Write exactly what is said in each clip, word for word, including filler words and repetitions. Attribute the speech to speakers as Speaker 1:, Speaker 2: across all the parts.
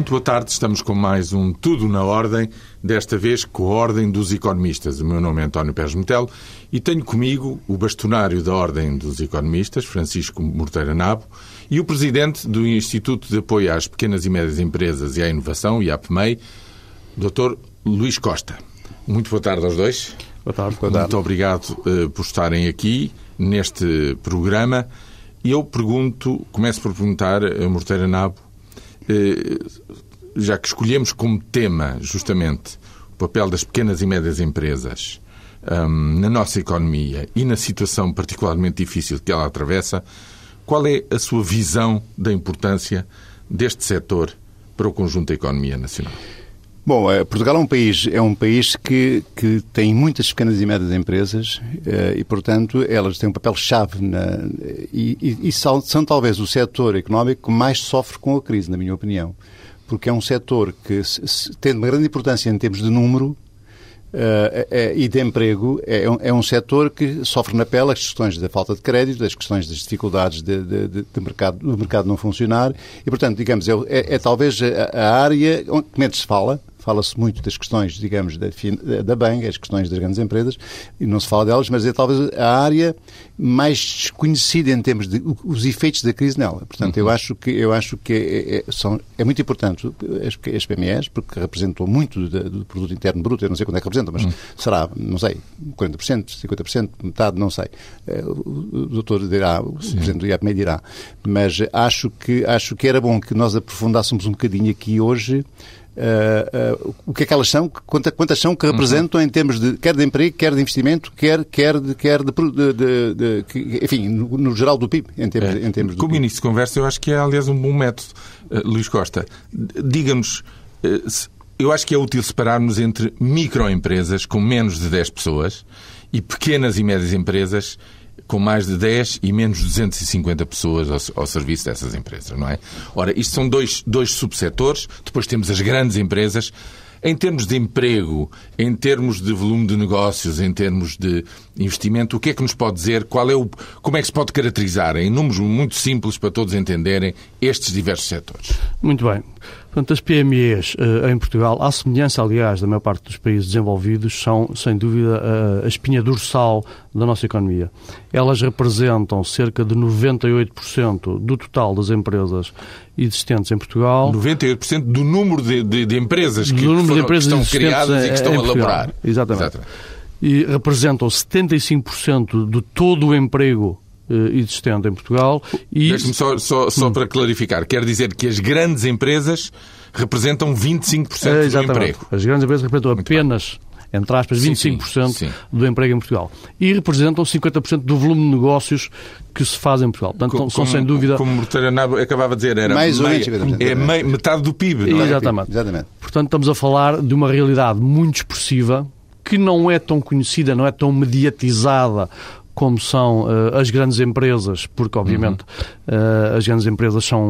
Speaker 1: Muito boa tarde, estamos com mais um Tudo na Ordem, desta vez com a Ordem dos Economistas. O meu nome é António Pérez Metelo e tenho comigo o bastonário da Ordem dos Economistas, Francisco Morteira Nabo, e o presidente do Instituto de Apoio às Pequenas e Médias Empresas e à Inovação, I A P M E I, doutor Luís Costa. Muito boa tarde aos dois.
Speaker 2: Boa tarde. Boa tarde.
Speaker 1: Muito obrigado uh, por estarem aqui neste programa. E eu pergunto, começo por perguntar a Morteira Nabo, já que escolhemos como tema justamente o papel das pequenas e médias empresas um, na nossa economia e na situação particularmente difícil que ela atravessa, qual é a sua visão da importância deste setor para o conjunto da economia nacional?
Speaker 2: Bom, Portugal é um país, é um país que, que tem muitas pequenas e médias empresas e, portanto, elas têm um papel-chave na, e, e, e são, são talvez o setor económico que mais sofre com a crise, na minha opinião. Porque é um setor que, se, tem uma grande importância em termos de número uh, é, e de emprego, é um, é um setor que sofre na pele as questões da falta de crédito, as questões das dificuldades de, de, de, de mercado, do mercado não funcionar e, portanto, digamos, é, é, é talvez a, a área que menos se fala. Fala-se muito das questões, digamos, da, da banca, as questões das grandes empresas, e não se fala delas, mas é talvez a área mais desconhecida em termos de os efeitos da crise nela. Portanto, uhum. eu acho que, eu acho que é, é, são, é muito importante as, as P M Es, porque representam muito do, do produto interno bruto, eu não sei quando é que representam, mas uhum. será, não sei, quarenta por cento, cinquenta por cento, metade, não sei. O, o doutor dirá, o Sim. presidente do I A P M E I dirá. Mas acho que, acho que era bom que nós aprofundássemos um bocadinho aqui hoje Uh, uh, o que é que elas são, quantas, quantas são que representam uhum. em termos de, quer de emprego, quer de investimento, quer, quer, de, quer de, de, de, de enfim, no, no geral do P I B, em termos,
Speaker 1: é.
Speaker 2: em termos do
Speaker 1: Como
Speaker 2: P I B.
Speaker 1: início de conversa, eu acho que é, aliás, um bom método. Uh, Luís Costa, diga-nos, uh, se, eu acho que é útil separarmos entre microempresas com menos de dez pessoas e pequenas e médias empresas com mais de dez e menos de duzentas e cinquenta pessoas ao, ao serviço dessas empresas, não é? Ora, isto são dois, dois subsetores, depois temos as grandes empresas. Em termos de emprego, em termos de volume de negócios, em termos de investimento, o que é que nos pode dizer? Qual é o, como é que se pode caracterizar, em números muito simples para todos entenderem, estes diversos setores?
Speaker 3: Muito bem. Portanto, as P M Es uh, em Portugal, à semelhança, aliás, da maior parte dos países desenvolvidos, são, sem dúvida, uh, a espinha dorsal da nossa economia. Elas representam cerca de noventa e oito por cento do total das empresas existentes em Portugal.
Speaker 1: noventa e oito por cento do número de, de, de empresas que,
Speaker 3: número
Speaker 1: foram,
Speaker 3: de empresas
Speaker 1: que estão criadas e que estão a elaborar.
Speaker 3: Exatamente. Exatamente. E representam setenta e cinco por cento de todo o emprego existente em Portugal. E...
Speaker 1: Deixe-me só, só, só hum. para clarificar. Quer dizer que as grandes empresas representam vinte e cinco por cento é, do emprego.
Speaker 3: As grandes empresas representam Muito apenas, bem. entre aspas, vinte e cinco por cento sim, sim, sim. do emprego em Portugal. E representam cinquenta por cento do volume de negócios que se faz em Portugal. Portanto, como, são sem dúvida...
Speaker 1: Como o Morteira Nabo acabava de dizer, era
Speaker 2: mais
Speaker 1: meia, é meia, metade do P I B. Não é?
Speaker 3: Exatamente.
Speaker 2: Exatamente.
Speaker 3: Portanto, estamos a falar de uma realidade muito expressiva que não é tão conhecida, não é tão mediatizada como são uh, as grandes empresas, porque, obviamente, uhum. uh, as grandes empresas são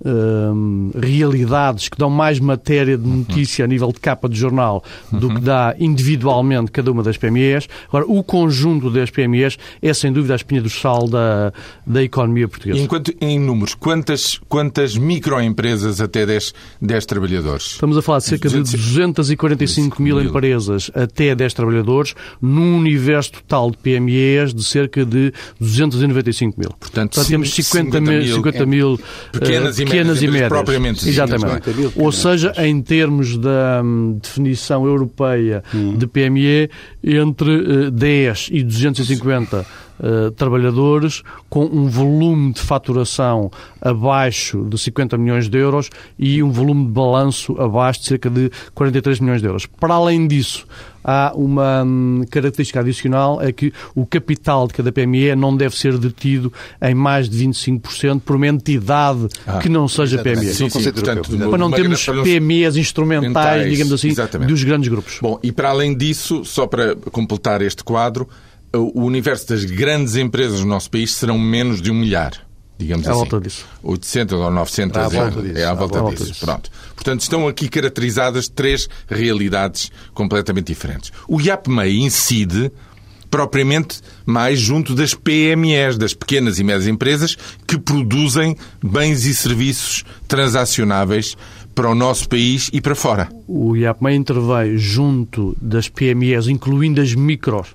Speaker 3: uh, realidades que dão mais matéria de notícia uhum. a nível de capa de jornal do uhum. que dá individualmente cada uma das P M Es. Agora, o conjunto das P M Es é, sem dúvida, a espinha dorsal da, da economia portuguesa.
Speaker 1: Enquanto, em números, quantas, quantas microempresas até dez, dez trabalhadores?
Speaker 3: Estamos a falar de cerca de duzentas e quarenta e cinco mil empresas até dez trabalhadores, num universo total de P M Es de cerca de duzentos e noventa e cinco mil.
Speaker 1: Portanto,
Speaker 3: Portanto temos cinquenta mil
Speaker 1: pequenas, uh, e,
Speaker 3: pequenas e médias.
Speaker 1: Propriamente.
Speaker 3: Exatamente. Mil, Ou seja, em termos da um, definição europeia hum. de P M E, entre uh, dez e duzentos e cinquenta Uh, trabalhadores, com um volume de faturação abaixo de cinquenta milhões de euros e um volume de balanço abaixo de cerca de quarenta e três milhões de euros. Para além disso, há uma hum, característica adicional, é que o capital de cada P M E não deve ser detido em mais de vinte e cinco por cento por uma entidade ah, que não seja P M E.
Speaker 1: Sim, sim, portanto,
Speaker 3: para não termos P M Es instrumentais, digamos assim, exatamente. Dos grandes grupos.
Speaker 1: Bom, e para além disso, só para completar este quadro, o universo das grandes empresas no nosso país serão menos de um milhar, digamos
Speaker 3: à
Speaker 1: assim.
Speaker 3: Volta disso.
Speaker 1: oitocentas ou novecentas.
Speaker 2: À volta disso.
Speaker 1: É à volta,
Speaker 2: à volta
Speaker 1: disso.
Speaker 2: disso.
Speaker 1: Pronto. Portanto, estão aqui caracterizadas três realidades completamente diferentes. O I A P M E I incide propriamente mais junto das P M Es, das pequenas e médias empresas que produzem bens e serviços transacionáveis para o nosso país e para fora.
Speaker 3: O IAPMEI interveio junto das P M Es, incluindo as micros,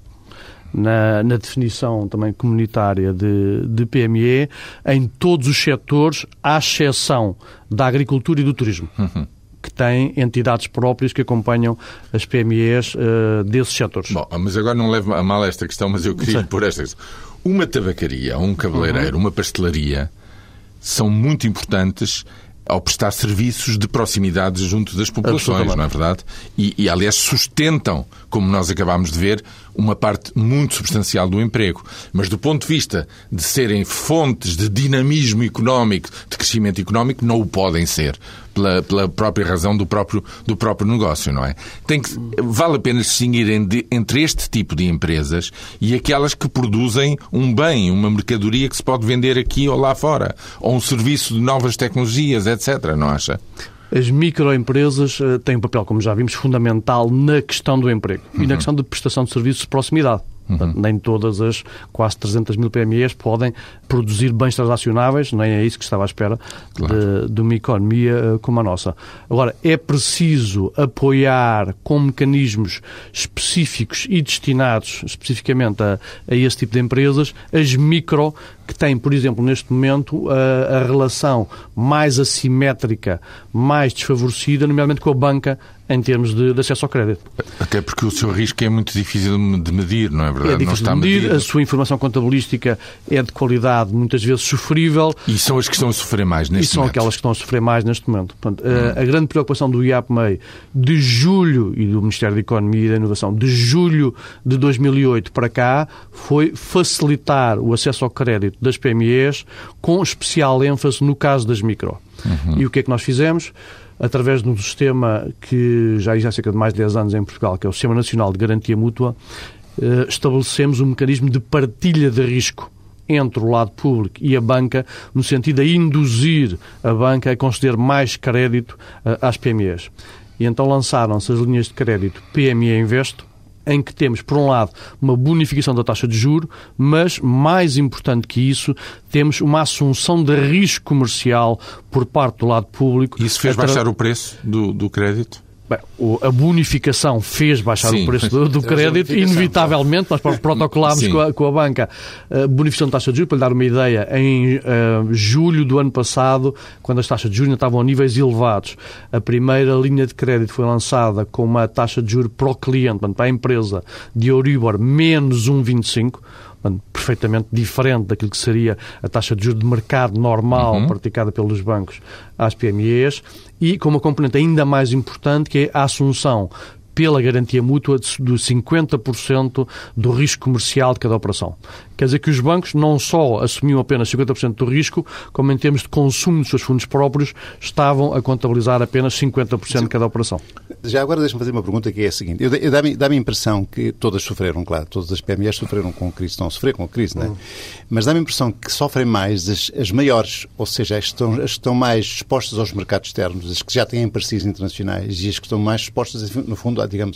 Speaker 3: na, na definição também comunitária de, de P M E, em todos os setores, à exceção da agricultura e do turismo. Uhum. Que têm entidades próprias que acompanham as P M Es uh, desses setores.
Speaker 1: Bom, mas agora não levo a mal esta questão, mas eu queria Sim. pôr esta questão. Uma tabacaria, um cabeleireiro, uhum. uma pastelaria são muito importantes ao prestar serviços de proximidade junto das populações, não é verdade? E, e, aliás, sustentam, como nós acabámos de ver, uma parte muito substancial do emprego. Mas do ponto de vista de serem fontes de dinamismo económico, de crescimento económico, não o podem ser, pela, pela própria razão do próprio, do próprio negócio, não é? Tem que, vale a pena distinguir entre este tipo de empresas e aquelas que produzem um bem, uma mercadoria que se pode vender aqui ou lá fora, ou um serviço de novas tecnologias, etcétera, não acha?
Speaker 3: As microempresas têm um papel, como já vimos, fundamental na questão do emprego uhum. e na questão de prestação de serviços de proximidade. Uhum. Portanto, nem todas as quase trezentas mil P M Es podem produzir bens transacionáveis, nem é isso que estava à espera claro. de, de uma economia como a nossa. Agora, é preciso apoiar com mecanismos específicos e destinados especificamente a, a esse tipo de empresas as micro, que têm, por exemplo, neste momento, a, a relação mais assimétrica, mais desfavorecida, nomeadamente com a banca, em termos de, de acesso ao crédito.
Speaker 1: Até porque o seu risco é muito difícil de medir, não é verdade?
Speaker 3: É difícil
Speaker 1: não está
Speaker 3: de medir,
Speaker 1: medido.
Speaker 3: A sua informação contabilística é de qualidade, muitas vezes sofrível.
Speaker 1: E são as que estão a sofrer mais neste momento.
Speaker 3: E são momento. aquelas que estão a sofrer mais neste momento. Portanto, hum. a, a grande preocupação do IAPMEI de julho e do Ministério da Economia e da Inovação de julho de dois mil e oito para cá foi facilitar o acesso ao crédito das P M Es com especial ênfase no caso das micro. Uhum. E o que é que nós fizemos? Através de um sistema que já existe há cerca de mais de dez anos em Portugal, que é o Sistema Nacional de Garantia Mútua, estabelecemos um mecanismo de partilha de risco entre o lado público e a banca, no sentido de induzir a banca a conceder mais crédito às P M Es. E então lançaram-se as linhas de crédito P M E Invest, em que temos, por um lado, uma bonificação da taxa de juro, mas, mais importante que isso, temos uma assunção de risco comercial por parte do lado público.
Speaker 1: Isso fez baixar o preço do, do crédito?
Speaker 3: Bem, a bonificação fez baixar Sim. o preço do, do crédito, inevitavelmente, nós protocolámos com a, com a banca a bonificação de taxa de juros, para lhe dar uma ideia, em uh, julho do ano passado, quando as taxas de juros ainda estavam a níveis elevados, a primeira linha de crédito foi lançada com uma taxa de juros para o cliente, portanto, para a empresa, de Euribor menos um vírgula vinte e cinco, perfeitamente diferente daquilo que seria a taxa de juros de mercado normal uhum. praticada pelos bancos às P M Es, e com uma componente ainda mais importante, que é a assunção pela garantia mútua de cinquenta por cento do risco comercial de cada operação. Quer dizer que os bancos não só assumiam apenas cinquenta por cento do risco, como em termos de consumo dos seus fundos próprios, estavam a contabilizar apenas cinquenta por cento de cada operação.
Speaker 2: Já agora deixa-me fazer uma pergunta, que é a seguinte. Eu, eu dá-me, dá-me a impressão que todas sofreram, claro, todas as P M Es sofreram com a crise, estão a sofrer com a crise, não é? Uhum. Mas dá-me a impressão que sofrem mais as, as maiores, ou seja, as que, estão, as que estão mais expostas aos mercados externos, as que já têm parcerias internacionais e as que estão mais expostas, no fundo, digamos,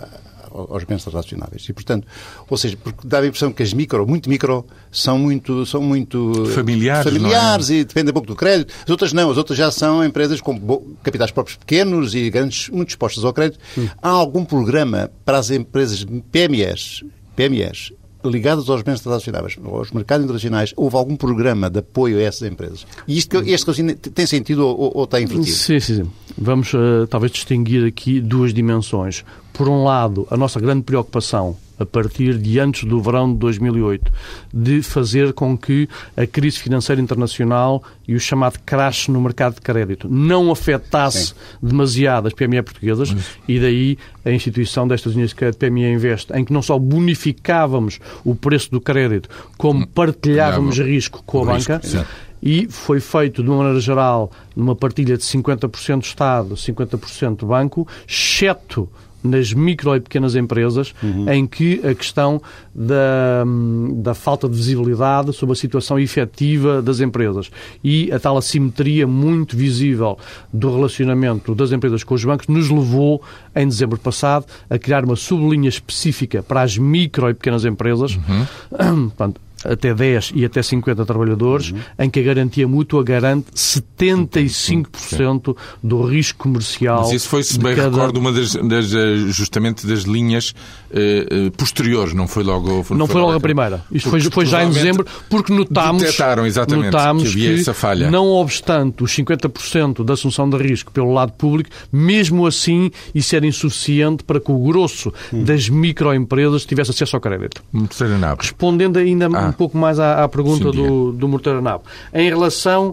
Speaker 2: aos bens transacionáveis. E, portanto, ou seja, porque dá a impressão que as micro, muito micro, são muito, são muito
Speaker 1: familiares,
Speaker 2: familiares
Speaker 1: é?
Speaker 2: E dependem um pouco do crédito. As outras não, as outras já são empresas com capitais próprios pequenos e grandes, muito expostas ao crédito. Hum. Há algum programa para as empresas P M Es, P M Es ligadas aos bens transacionáveis, aos mercados internacionais? Houve algum programa de apoio a essas empresas? E isto, este raciocínio tem sentido ou, ou está invertido?
Speaker 3: Sim, sim, sim. Vamos uh, talvez distinguir aqui duas dimensões. Por um lado, a nossa grande preocupação, a partir de antes do verão de dois mil e oito, de fazer com que a crise financeira internacional e o chamado crash no mercado de crédito não afetasse Sim. demasiado as P M E portuguesas, Sim. e daí a instituição destas linhas de crédito P M E Invest, em que não só bonificávamos o preço do crédito, como partilhávamos risco com a banca.
Speaker 1: Risco,
Speaker 3: e foi feito, de uma maneira geral, numa partilha de cinquenta por cento Estado, cinquenta por cento banco, exceto nas micro e pequenas empresas, uhum. em que a questão da, da falta de visibilidade sobre a situação efetiva das empresas e a tal assimetria muito visível do relacionamento das empresas com os bancos nos levou, em dezembro passado, a criar uma sublinha específica para as micro e pequenas empresas. Uhum. Portanto, até dez e até cinquenta trabalhadores, uhum. em que a garantia mútua garante setenta e cinco por cento do risco comercial.
Speaker 1: Mas isso foi, se bem cada... recordo, uma das, das, justamente das linhas uh, posteriores, não foi logo...
Speaker 3: Não foi, foi logo a primeira. Isto foi, foi já em dezembro, porque notámos, notámos que, havia
Speaker 1: que essa falha.
Speaker 3: Não obstante os cinquenta por cento da assunção de risco pelo lado público, mesmo assim isso era insuficiente para que o grosso hum. das microempresas tivesse acesso ao crédito. Respondendo ainda ah. um pouco mais à, à pergunta Sim, do, do Morteiro Nabo. Em relação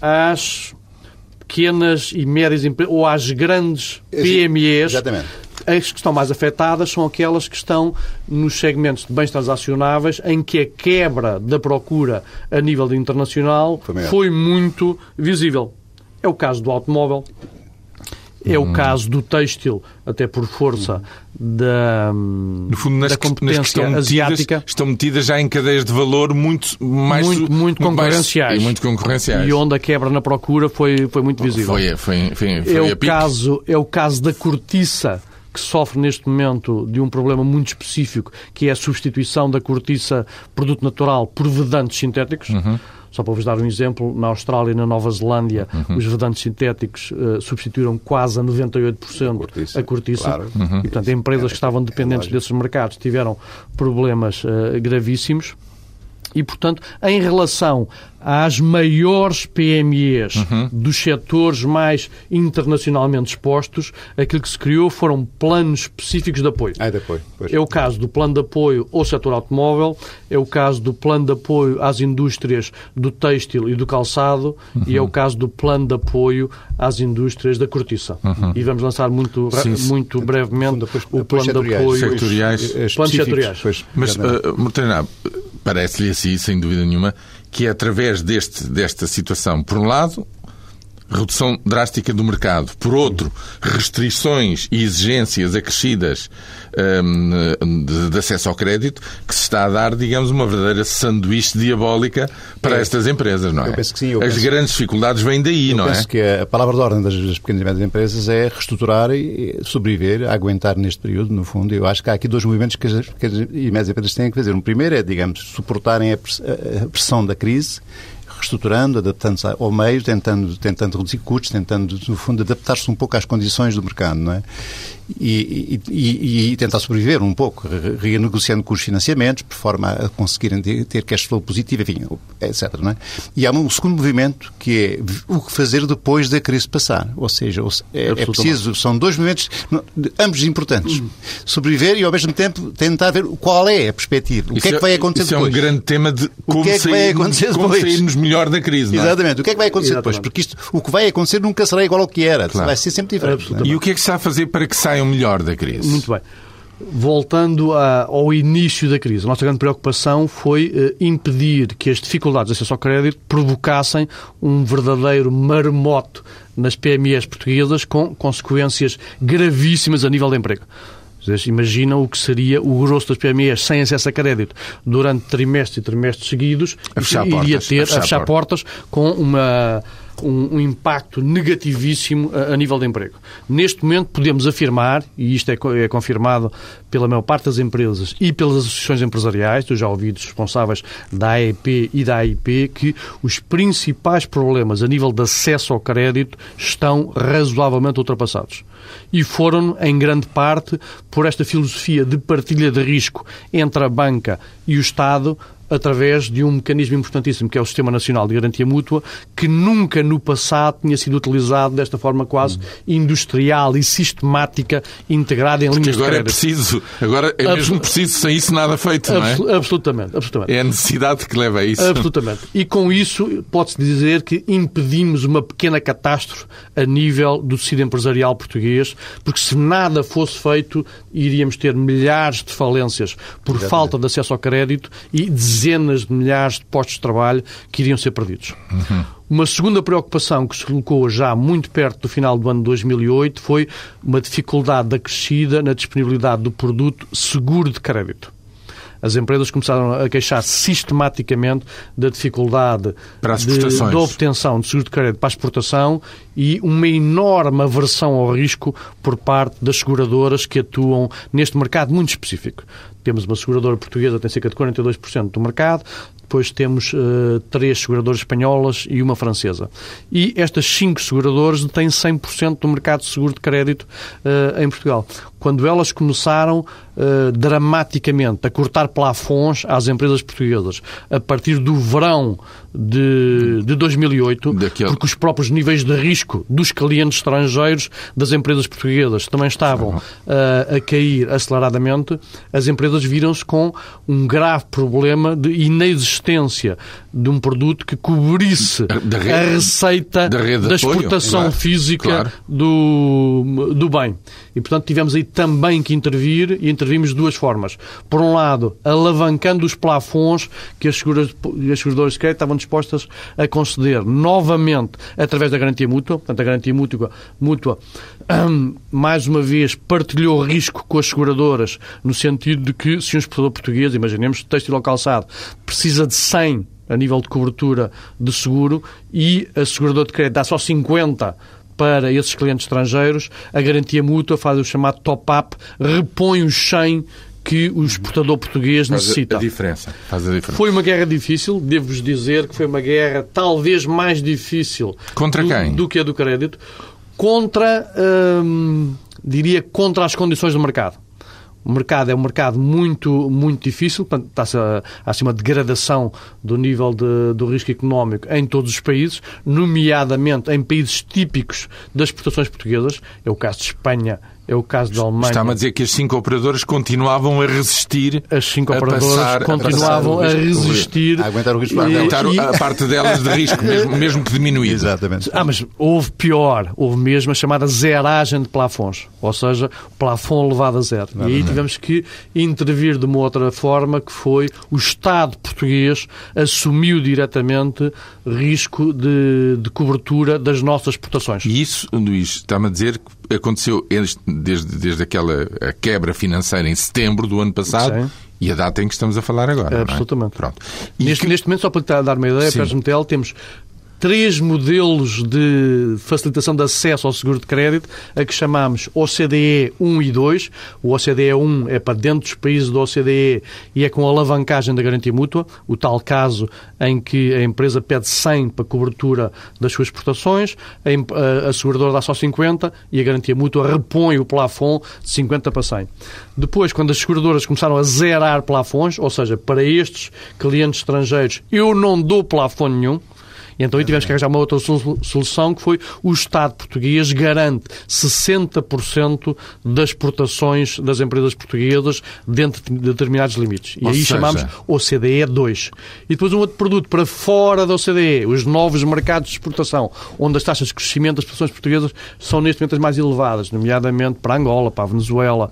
Speaker 3: às pequenas e médias empresas, ou às grandes P M Es,
Speaker 2: Exatamente.
Speaker 3: As que estão mais afetadas são aquelas que estão nos segmentos de bens transacionáveis, em que a quebra da procura a nível internacional foi, foi muito visível. É o caso do automóvel, é hum. o caso do têxtil, até por força hum. da,
Speaker 1: no fundo, nas
Speaker 3: da competência
Speaker 1: nas que estão
Speaker 3: asiática.
Speaker 1: Metidas, estão metidas já em cadeias de valor muito mais
Speaker 3: muito, muito concorrenciais.
Speaker 1: Mais, e muito concorrenciais.
Speaker 3: E onde a quebra na procura foi, foi muito visível.
Speaker 1: Foi, foi, foi, foi
Speaker 3: é,
Speaker 1: a
Speaker 3: o caso, é o caso da cortiça, que sofre neste momento de um problema muito específico, que é a substituição da cortiça produto natural por vedantes sintéticos. Uhum. Só para vos dar um exemplo, na Austrália e na Nova Zelândia, uhum. os vedantes sintéticos uh, substituíram quase a noventa e oito por cento a cortiça. A cortiça. Claro. Uhum. E, portanto, empresas que estavam dependentes desses mercados tiveram problemas uh, gravíssimos. E, portanto, em relação às maiores P M Es uhum. dos setores mais internacionalmente expostos, aquilo que se criou foram planos específicos de apoio.
Speaker 2: Ah, de apoio. Pois.
Speaker 3: É o caso do plano de apoio ao setor automóvel, é o caso do plano de apoio às indústrias do têxtil e do calçado uhum. e é o caso do plano de apoio às indústrias da cortiça. Uhum. E vamos lançar muito, sim, sim. muito brevemente depois, o plano de apoio...
Speaker 1: Setoriais.
Speaker 3: Planos setoriais.
Speaker 1: Pois, mas, uh, Morteiro, parece-lhe assim, sem dúvida nenhuma, que é através deste, desta situação, por um lado, redução drástica do mercado, por outro, restrições e exigências acrescidas um, de, de acesso ao crédito, que se está a dar, digamos, uma verdadeira sanduíche diabólica para é. estas empresas, não é?
Speaker 2: Eu penso que sim. Eu
Speaker 1: As
Speaker 2: penso...
Speaker 1: grandes dificuldades vêm daí,
Speaker 2: eu
Speaker 1: não é?
Speaker 2: Eu penso que a palavra de ordem das, das pequenas e médias empresas é reestruturar e sobreviver, aguentar neste período, no fundo. Eu acho que há aqui dois movimentos que as pequenas e médias empresas têm que fazer. Um primeiro é, digamos, suportarem a pressão da crise, reestruturando, adaptando-se ao meio, tentando, tentando reduzir custos, tentando, no fundo, adaptar-se um pouco às condições do mercado, não é? E, e, e, e tentar sobreviver um pouco, renegociando com os financiamentos, por forma a conseguirem ter, ter cash flow positivo, enfim, etcétera. Não é? E há um segundo movimento que é o que fazer depois da crise passar. Ou seja, é, é preciso, são dois movimentos, ambos importantes. Uhum. Sobreviver e, ao mesmo tempo, tentar ver qual é a perspectiva. O que é que vai acontecer
Speaker 1: isso
Speaker 2: depois?
Speaker 1: Isso é um grande tema de como,
Speaker 2: o que é que vai acontecer
Speaker 1: como
Speaker 2: depois?
Speaker 1: sairmos melhor da crise. Não é?
Speaker 2: Exatamente. O que é que vai acontecer Exatamente. depois? Porque isto, o que vai acontecer nunca será igual ao que era. Claro. Vai ser sempre diferente.
Speaker 1: E o que é que se está a fazer para que saiam melhor da crise?
Speaker 3: Muito bem. Voltando a, ao início da crise, a nossa grande preocupação foi eh, impedir que as dificuldades de acesso ao crédito provocassem um verdadeiro maremoto nas P M Es portuguesas com consequências gravíssimas a nível de emprego. Vocês imaginam o que seria o grosso das P M Es sem acesso a crédito durante trimestres e trimestres seguidos,
Speaker 1: a fechar
Speaker 3: iria
Speaker 1: portas,
Speaker 3: ter
Speaker 1: a fechar,
Speaker 3: a fechar portas com uma... Um, um impacto negativíssimo a, a nível de emprego. Neste momento podemos afirmar, e isto é, é confirmado pela maior parte das empresas e pelas associações empresariais, eu já ouvi dos responsáveis da A E P e da A I P, que os principais problemas a nível de acesso ao crédito estão razoavelmente ultrapassados. E foram, em grande parte, por esta filosofia de partilha de risco entre a banca e o Estado, através de um mecanismo importantíssimo, que é o Sistema Nacional de Garantia Mútua, que nunca no passado tinha sido utilizado desta forma quase industrial e sistemática, integrada em
Speaker 1: Porque
Speaker 3: linhas de
Speaker 1: agora
Speaker 3: crédito.
Speaker 1: É preciso, agora é mesmo preciso, sem isso nada feito, não é?
Speaker 3: Absolutamente, absolutamente.
Speaker 1: É a necessidade que leva a isso.
Speaker 3: Absolutamente. E com isso pode-se dizer que impedimos uma pequena catástrofe a nível do tecido empresarial português, porque se nada fosse feito, iríamos ter milhares de falências por Exatamente. falta de acesso ao crédito e dezenas de milhares de postos de trabalho que iriam ser perdidos. Uhum. Uma segunda preocupação que se colocou já muito perto do final do ano de dois mil e oito foi uma dificuldade acrescida na disponibilidade do produto seguro de crédito. As empresas começaram a queixar-se sistematicamente da dificuldade de, de obtenção de seguro de crédito para a exportação e uma enorme aversão ao risco por parte das seguradoras que atuam neste mercado muito específico. Temos uma seguradora portuguesa que tem cerca de quarenta e dois por cento do mercado, depois temos uh, três seguradoras espanholas e uma francesa. E estas cinco seguradoras têm cem por cento do mercado de seguro de crédito uh, em Portugal. Quando elas começaram uh, dramaticamente a cortar plafons às empresas portuguesas a partir do verão de, de dois mil e oito, Daquele... porque os próprios níveis de risco dos clientes estrangeiros das empresas portuguesas também estavam uh, a cair aceleradamente, as empresas viram-se com um grave problema de inexistência de um produto que cobrisse da rede, a receita da, da exportação claro, física claro. Do, do bem. E, portanto, tivemos aí também que intervir, e intervimos de duas formas. Por um lado, alavancando os plafons que as seguradoras de crédito estavam dispostas a conceder novamente através da garantia mútua. Portanto, a garantia mútua, mútua hum, mais uma vez, partilhou o risco com as seguradoras, no sentido de que, se um exportador português, imaginemos, têxtil ou calçado, precisa de cem a nível de cobertura de seguro e a seguradora de crédito dá só cinquenta para esses clientes estrangeiros, a garantia mútua faz o chamado top-up, repõe os cem que o exportador português faz necessita.
Speaker 1: A diferença. Faz a diferença.
Speaker 3: Foi uma guerra difícil, devo-vos dizer que foi uma guerra talvez mais difícil
Speaker 1: contra
Speaker 3: do,
Speaker 1: quem?
Speaker 3: do que a do crédito, contra, hum, diria, contra as condições do mercado. O mercado é um mercado muito, muito difícil, portanto, está-se a, a uma degradação do nível de, do risco económico em todos os países, nomeadamente em países típicos das exportações portuguesas. É o caso de Espanha, é o caso da Alemanha.
Speaker 1: Está-me a dizer que as cinco operadoras continuavam a resistir.
Speaker 3: As cinco
Speaker 1: a
Speaker 3: operadoras
Speaker 1: passar,
Speaker 3: continuavam a, a resistir.
Speaker 2: A aguentar o risco.
Speaker 1: A aguentar e... a parte delas de risco, mesmo, mesmo que diminuída.
Speaker 2: Exatamente.
Speaker 3: Ah, mas houve pior. Houve mesmo a chamada zeragem de plafons. Ou seja, o plafond levado a zero. Não, e aí não. tivemos que intervir de uma outra forma, que foi o Estado português assumiu diretamente risco de, de cobertura das nossas exportações.
Speaker 1: E isso, Luís, está-me a dizer que aconteceu desde, desde aquela a quebra financeira em setembro do ano passado. Sim. E a data em que estamos a falar agora.
Speaker 3: É, absolutamente.
Speaker 1: Não é? Pronto.
Speaker 3: Neste, que... neste momento, só para dar uma ideia, para a Gemetel, temos três modelos de facilitação de acesso ao seguro de crédito, a que chamamos O C D E um e dois. O O C D E um é para dentro dos países do O C D E e é com alavancagem da garantia mútua, o tal caso em que a empresa pede cem para cobertura das suas exportações, a, a seguradora dá só cinquenta e a garantia mútua repõe o plafond de cinquenta para cem. Depois, quando as seguradoras começaram a zerar plafons, ou seja, para estes clientes estrangeiros eu não dou plafond nenhum, e então aí tivemos que arranjar uma outra solução, que foi o Estado português garante sessenta por cento das exportações das empresas portuguesas dentro de determinados limites. E
Speaker 1: Ou
Speaker 3: aí
Speaker 1: seja...
Speaker 3: chamamos O C D E dois. E depois um outro produto para fora da O C D E, os novos mercados de exportação, onde as taxas de crescimento das exportações portuguesas são neste momento as mais elevadas, nomeadamente para Angola, para a Venezuela,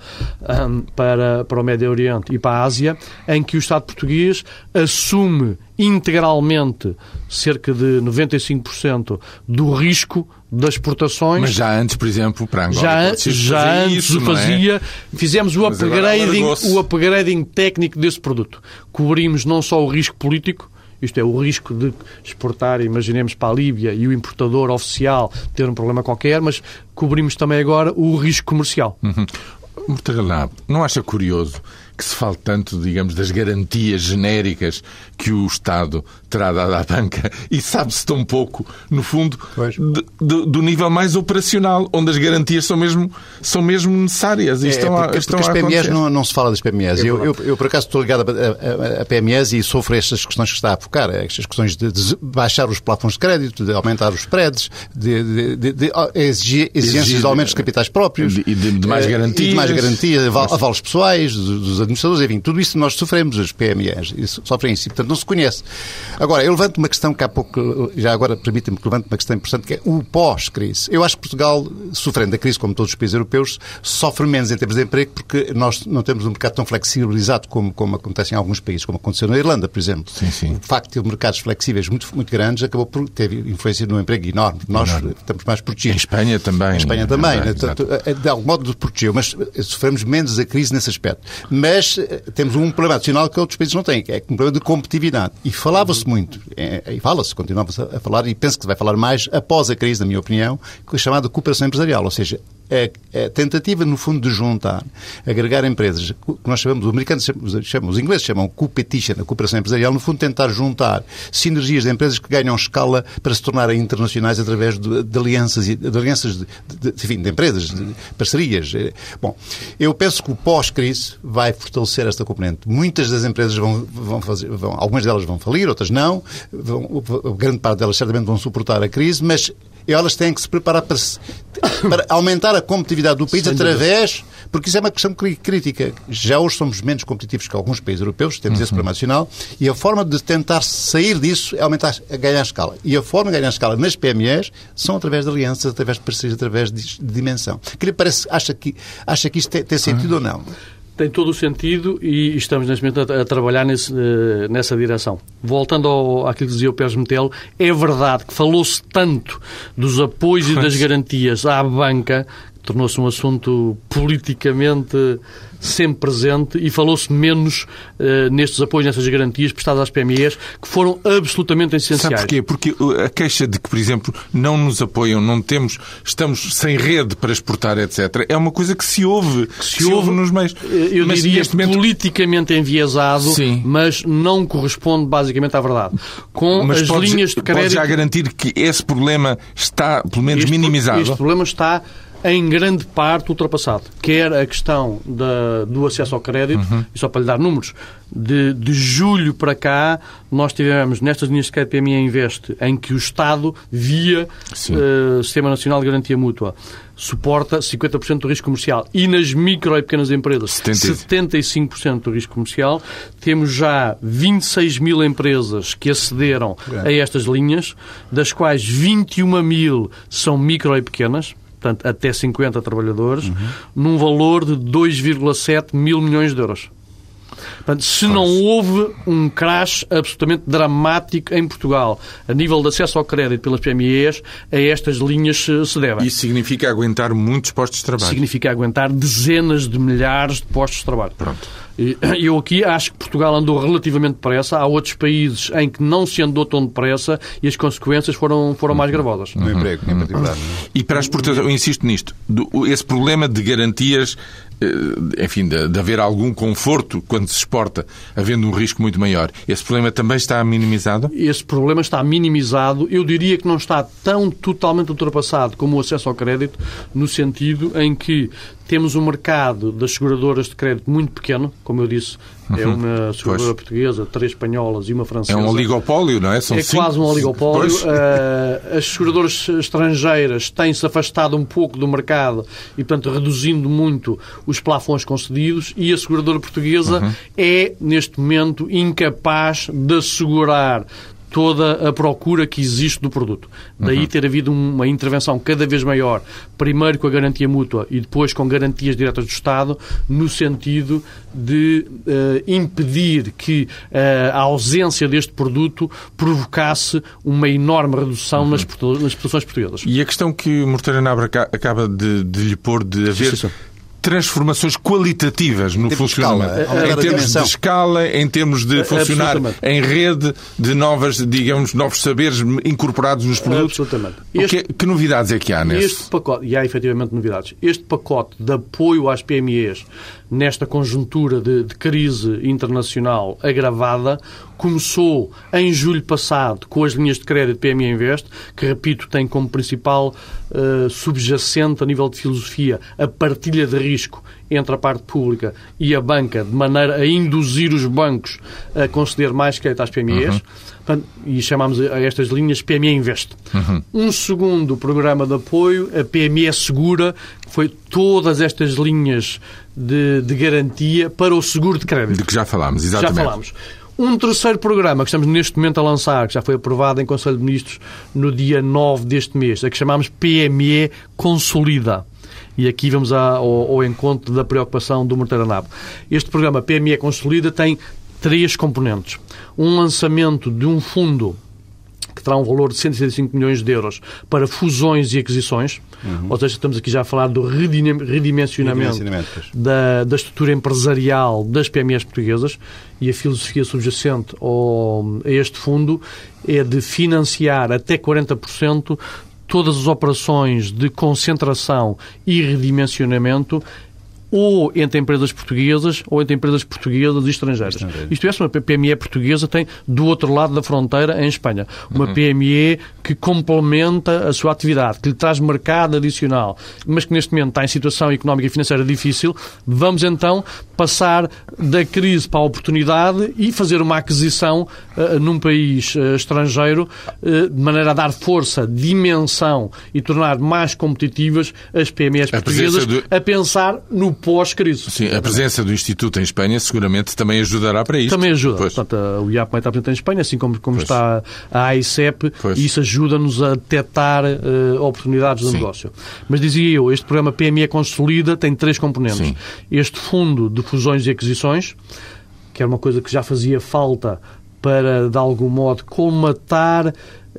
Speaker 3: para, para o Médio Oriente e para a Ásia, em que o Estado português assume integralmente cerca de noventa e cinco por cento do risco das exportações.
Speaker 1: Mas já antes, por exemplo, para Angola...
Speaker 3: Já, já antes isso, o fazia. É? Fizemos o upgrading, o upgrading técnico desse produto. Cobrimos não só o risco político, isto é, o risco de exportar, imaginemos, para a Líbia e o importador oficial ter um problema qualquer, mas cobrimos também agora o risco comercial.
Speaker 1: Uhum. Mortagalapo, não acha curioso que se fale tanto, digamos, das garantias genéricas que o Estado terá dado à banca e sabe-se tão pouco, no fundo, de, de, do nível mais operacional, onde as garantias são mesmo, são mesmo necessárias. E
Speaker 2: é,
Speaker 1: estão
Speaker 2: porque,
Speaker 1: a, estão
Speaker 2: porque
Speaker 1: a
Speaker 2: as P M Es não, não se fala das P M Es. É eu, eu, eu, por acaso, estou ligado a, a, a P M Es e sofro estas questões que está a focar, estas questões de, de baixar os plafons de crédito, de aumentar os spreads, de, de, de, de exigências Exigir, de aumentos de capitais próprios.
Speaker 1: E de, de mais garantias.
Speaker 2: E de mais garantia, avalos pessoais, dos, dos administradores, enfim, tudo isso nós sofremos, as P M Es, isso, sofrem isso, e portanto não se conhece. Agora, eu levanto uma questão que há pouco, já agora permitem-me que levante uma questão importante, que é o pós-crise. Eu acho que Portugal, sofrendo da crise, como todos os países europeus, sofre menos em termos de emprego, porque nós não temos um mercado tão flexibilizado como, como acontece em alguns países, como aconteceu na Irlanda, por exemplo.
Speaker 1: Sim, sim.
Speaker 2: O facto de ter mercados flexíveis muito, muito grandes acabou por ter influência no emprego enorme. Nós enorme. estamos mais protegidos.
Speaker 1: Em Espanha também.
Speaker 2: Em Espanha também. Né? Portanto, de algum modo protegeu, mas sofremos menos a crise nesse aspecto. Mas temos um problema adicional que outros países não têm, que é um problema de competitividade. E falava-se muito, e fala-se, continua-se a falar, e penso que se vai falar mais após a crise, na minha opinião, que é chamada cooperação empresarial, ou seja, a, a tentativa, no fundo, de juntar, agregar empresas, que nós chamamos, os americanos chamam, os ingleses chamam competition, a cooperação empresarial, no fundo, tentar juntar sinergias de empresas que ganham escala para se tornarem internacionais através de, de alianças, de, alianças de, de, enfim, de empresas, de parcerias. Bom, eu penso que o pós-crise vai fortalecer esta componente. Muitas das empresas vão, vão fazer, vão, algumas delas vão falir, outras não, vão, grande parte delas certamente vão suportar a crise, mas elas têm que se preparar para, se, para aumentar a competitividade do país através... Porque isso é uma questão crítica. Já hoje somos menos competitivos que alguns países europeus, temos uhum. esse problema nacional, e a forma de tentar sair disso é aumentar, a ganhar escala. E a forma de ganhar escala nas P M Es são através de alianças, através de parcerias, através de dimensão. Que lhe parece, acha que, acha que isto tem, tem sentido uhum. ou não?
Speaker 3: Tem todo o sentido e estamos neste momento a, a trabalhar nesse, uh, nessa direção. Voltando ao, àquilo que dizia o Pérez Metelo, é verdade que falou-se tanto dos apoios e das garantias à banca, tornou-se um assunto politicamente sempre presente e falou-se menos uh, nestes apoios, nessas garantias prestadas às P M Es, que foram absolutamente essenciais.
Speaker 1: Sabe porquê? Porque a queixa de que, por exemplo, não nos apoiam, não temos, estamos sem rede para exportar, etcétera, é uma coisa que se ouve, que se, que se ouve nos meios.
Speaker 3: Eu mas diria momento... politicamente enviesado, sim, mas não corresponde basicamente à verdade. Com
Speaker 1: mas
Speaker 3: as
Speaker 1: podes,
Speaker 3: linhas de crédito...
Speaker 1: Pode já garantir que esse problema está, pelo menos,
Speaker 3: este,
Speaker 1: minimizado?
Speaker 3: Este problema está... em grande parte ultrapassado. Quer a questão da, do acesso ao crédito, uhum. e só para lhe dar números, de, de julho para cá, nós tivemos nestas linhas de crédito P M E Invest, em que o Estado, via uh, Sistema Nacional de Garantia Mútua, suporta cinquenta por cento do risco comercial. E nas micro e pequenas empresas, setenta e cinco por cento do risco comercial. Temos já vinte e seis mil empresas que acederam é. a estas linhas, das quais vinte e uma mil são micro e pequenas, portanto, até cinquenta trabalhadores, uhum. num valor de dois vírgula sete mil milhões de euros. Portanto, se não houve um crash absolutamente dramático em Portugal, a nível de acesso ao crédito pelas P M Es, a estas linhas se deve.
Speaker 1: Isso significa aguentar muitos postos de trabalho?
Speaker 3: Significa aguentar dezenas de milhares de postos de trabalho.
Speaker 1: Pronto.
Speaker 3: Eu aqui acho que Portugal andou relativamente depressa. Há outros países em que não se andou tão depressa e as consequências foram, foram mais gravosas.
Speaker 2: No uhum. emprego, em particular.
Speaker 1: E para a exportação, eu insisto nisto, esse problema de garantias, enfim, de, de haver algum conforto quando se exporta, havendo um risco muito maior, esse problema também está minimizado?
Speaker 3: Esse problema está minimizado. Eu diria que não está tão totalmente ultrapassado como o acesso ao crédito, no sentido em que temos um mercado das seguradoras de crédito muito pequeno, como eu disse, é uma seguradora pois. portuguesa, três espanholas e uma francesa.
Speaker 1: É um oligopólio, não é? São
Speaker 3: é
Speaker 1: cinco...
Speaker 3: quase um oligopólio. Uh, as seguradoras estrangeiras têm-se afastado um pouco do mercado e, portanto, reduzindo muito os plafons concedidos, e a seguradora portuguesa uhum. é, neste momento, incapaz de assegurar toda a procura que existe do produto. Daí uhum. ter havido uma intervenção cada vez maior, primeiro com a garantia mútua e depois com garantias diretas do Estado, no sentido de uh, impedir que uh, a ausência deste produto provocasse uma enorme redução uhum. nas, nas exportações portuguesas.
Speaker 1: E a questão que Morteira Nabra acaba de, de lhe pôr de haver... Sim, sim. transformações qualitativas no funcionamento. Escala, em termos de escala, em termos de funcionar em rede, de novas, digamos, novos saberes incorporados nos produtos.
Speaker 3: Absolutamente.
Speaker 1: Este, que, que novidades é que há nesse?
Speaker 3: Este pacote, e há efetivamente novidades, este pacote de apoio às P M Es nesta conjuntura de, de crise internacional agravada começou em julho passado com as linhas de crédito P M E Invest, que, repito, tem como principal uh, subjacente a nível de filosofia a partilha de risco entre a parte pública e a banca, de maneira a induzir os bancos a conceder mais crédito às P M Es. Uhum. Portanto, e chamamos a estas linhas P M E Invest. Uhum. Um segundo programa de apoio, a P M E Segura, que foi todas estas linhas de, de garantia para o seguro de crédito.
Speaker 1: De que já falámos, exatamente.
Speaker 3: Já falámos. Um terceiro programa que estamos neste momento a lançar, que já foi aprovado em Conselho de Ministros no dia nove deste mês, a que chamamos P M E Consolida. E aqui vamos ao, ao encontro da preocupação do Morteira Nabra. Este programa P M E Consolida tem três componentes. Um lançamento de um fundo que terá um valor de cento e setenta e cinco milhões de euros para fusões e aquisições. Uhum. Ou seja, estamos aqui já a falar do redimensionamento da, da estrutura empresarial das P M Es portuguesas, e a filosofia subjacente ao, a este fundo é de financiar até quarenta por cento todas as operações de concentração e redimensionamento ou entre empresas portuguesas ou entre empresas portuguesas e estrangeiras. Estrangeiro. Isto é, uma P M E portuguesa tem do outro lado da fronteira, em Espanha, uma uhum. P M E que complementa a sua atividade, que lhe traz mercado adicional, mas que neste momento está em situação económica e financeira difícil. Vamos então passar da crise para a oportunidade e fazer uma aquisição uh, num país uh, estrangeiro, uh, de maneira a dar força, dimensão e tornar mais competitivas as P M Es portuguesas, do... a pensar no pós-crise.
Speaker 1: Sim, a presença do Instituto em Espanha seguramente também ajudará para isto.
Speaker 3: Também ajuda. Portanto, o I A P está presente em Espanha, assim como, como está a A I C E P, pois. E isso ajuda-nos a detectar uh, oportunidades de Sim. negócio. Mas dizia eu, este programa P M E Consolida tem três componentes. Sim. Este fundo de fusões e aquisições, que era uma coisa que já fazia falta para, de algum modo, colmatar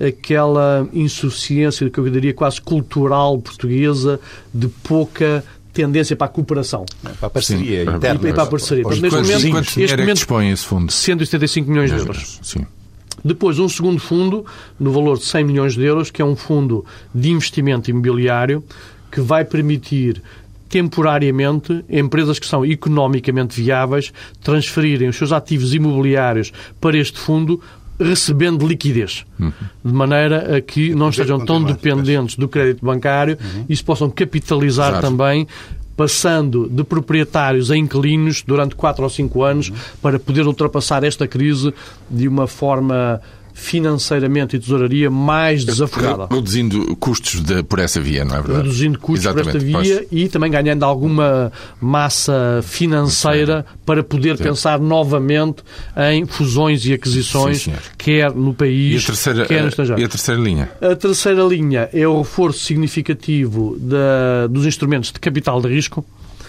Speaker 3: aquela insuficiência, que eu diria quase cultural portuguesa, de pouca tendência para a cooperação.
Speaker 2: Para a parceria
Speaker 3: Sim,
Speaker 2: interna.
Speaker 3: E para a parceria.
Speaker 1: Mas, neste momento, quanto dinheiro é que dispõe esse fundo?
Speaker 3: cento e setenta e cinco milhões de euros.
Speaker 1: Sim.
Speaker 3: Depois, um segundo fundo, no valor de cem milhões de euros, que é um fundo de investimento imobiliário, que vai permitir temporariamente empresas que são economicamente viáveis transferirem os seus ativos imobiliários para este fundo, recebendo liquidez, uhum. de maneira a que não estejam tão dependentes do crédito bancário uhum. e se possam capitalizar Exato. também, passando de proprietários a inquilinos durante quatro ou cinco anos uhum. para poder ultrapassar esta crise de uma forma financeiramente e tesouraria mais desafogada.
Speaker 1: Reduzindo custos de, por essa via, não é verdade?
Speaker 3: Reduzindo custos
Speaker 1: Exatamente,
Speaker 3: por esta via pois. E também ganhando alguma massa financeira Sim. para poder Sim. pensar novamente em fusões e aquisições, Sim, quer no país,
Speaker 1: terceira,
Speaker 3: quer no estrangeiro.
Speaker 1: E a terceira linha?
Speaker 3: A terceira linha é o reforço significativo da, dos instrumentos de capital de risco,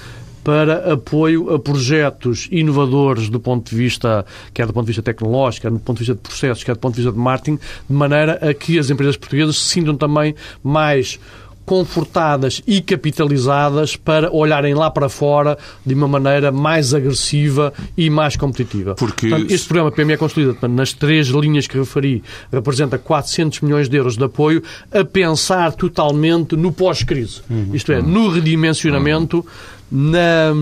Speaker 3: para apoio a projetos inovadores do ponto de vista, quer do ponto de vista tecnológico, quer do ponto de vista de processos, quer do ponto de vista de marketing, de maneira a que as empresas portuguesas se sintam também mais confortadas e capitalizadas para olharem lá para fora de uma maneira mais agressiva e mais competitiva.
Speaker 1: Porque...
Speaker 3: Portanto, este programa P M E Consolida, nas três linhas que referi, representa quatrocentos milhões de euros de apoio a pensar totalmente no pós-crise. Uhum. Isto é, no redimensionamento, uhum. na,